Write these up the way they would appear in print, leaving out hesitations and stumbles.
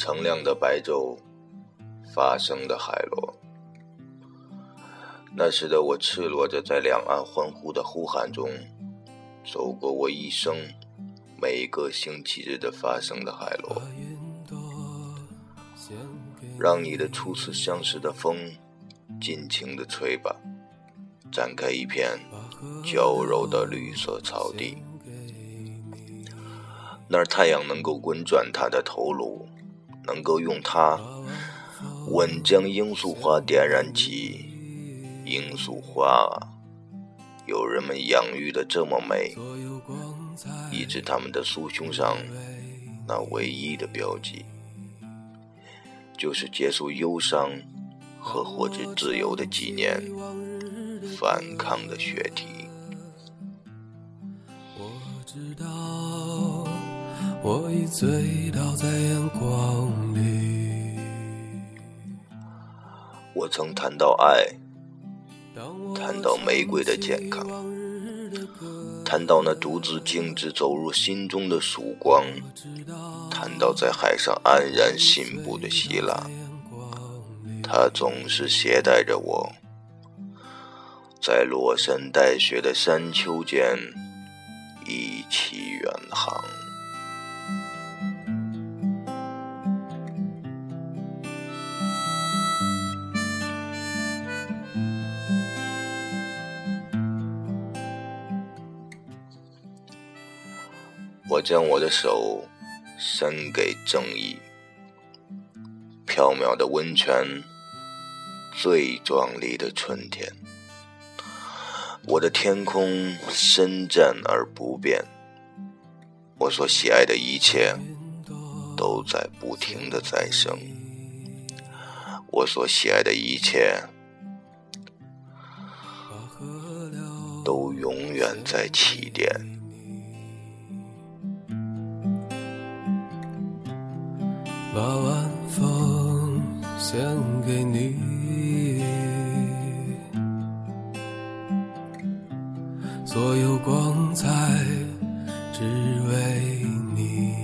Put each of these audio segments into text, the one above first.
澄亮的白昼，发生的海螺。那时的我赤裸着在两岸欢呼的呼喊中，走过我一生每个星期日的发生的海螺。让你的初次相识的风尽情地吹吧，展开一片娇柔的绿色草地，那儿太阳能够滚转它的头颅，能够用它稳将罂粟花点燃起。罂粟花有人们养育的这么美，以致它们的酥胸上那唯一的标记，就是结束忧伤和获知自由的纪念，反抗的血体。 我知道我已醉倒在阳光里。 我曾谈到爱，谈到玫瑰的健康，谈到那独自径直走入心中的曙光，谈到在海上安然信步的希腊。它总是携带着我，在落山带雪的山丘间一起远航。我将我的手伸给正义，缥缈的温泉，最壮丽的春天。我的天空深湛而不变，我所喜爱的一切都在不停地再生，我所喜爱的一切都永远在起点。 把晚风献给你，所有光彩只为你。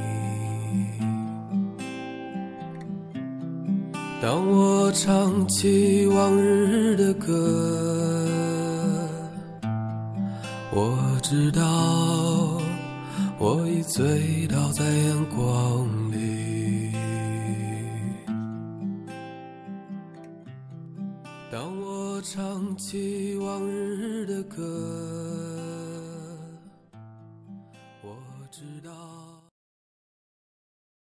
当我唱起往日的歌，我知道我已醉倒在阳光里。当我唱起往日的歌，我知道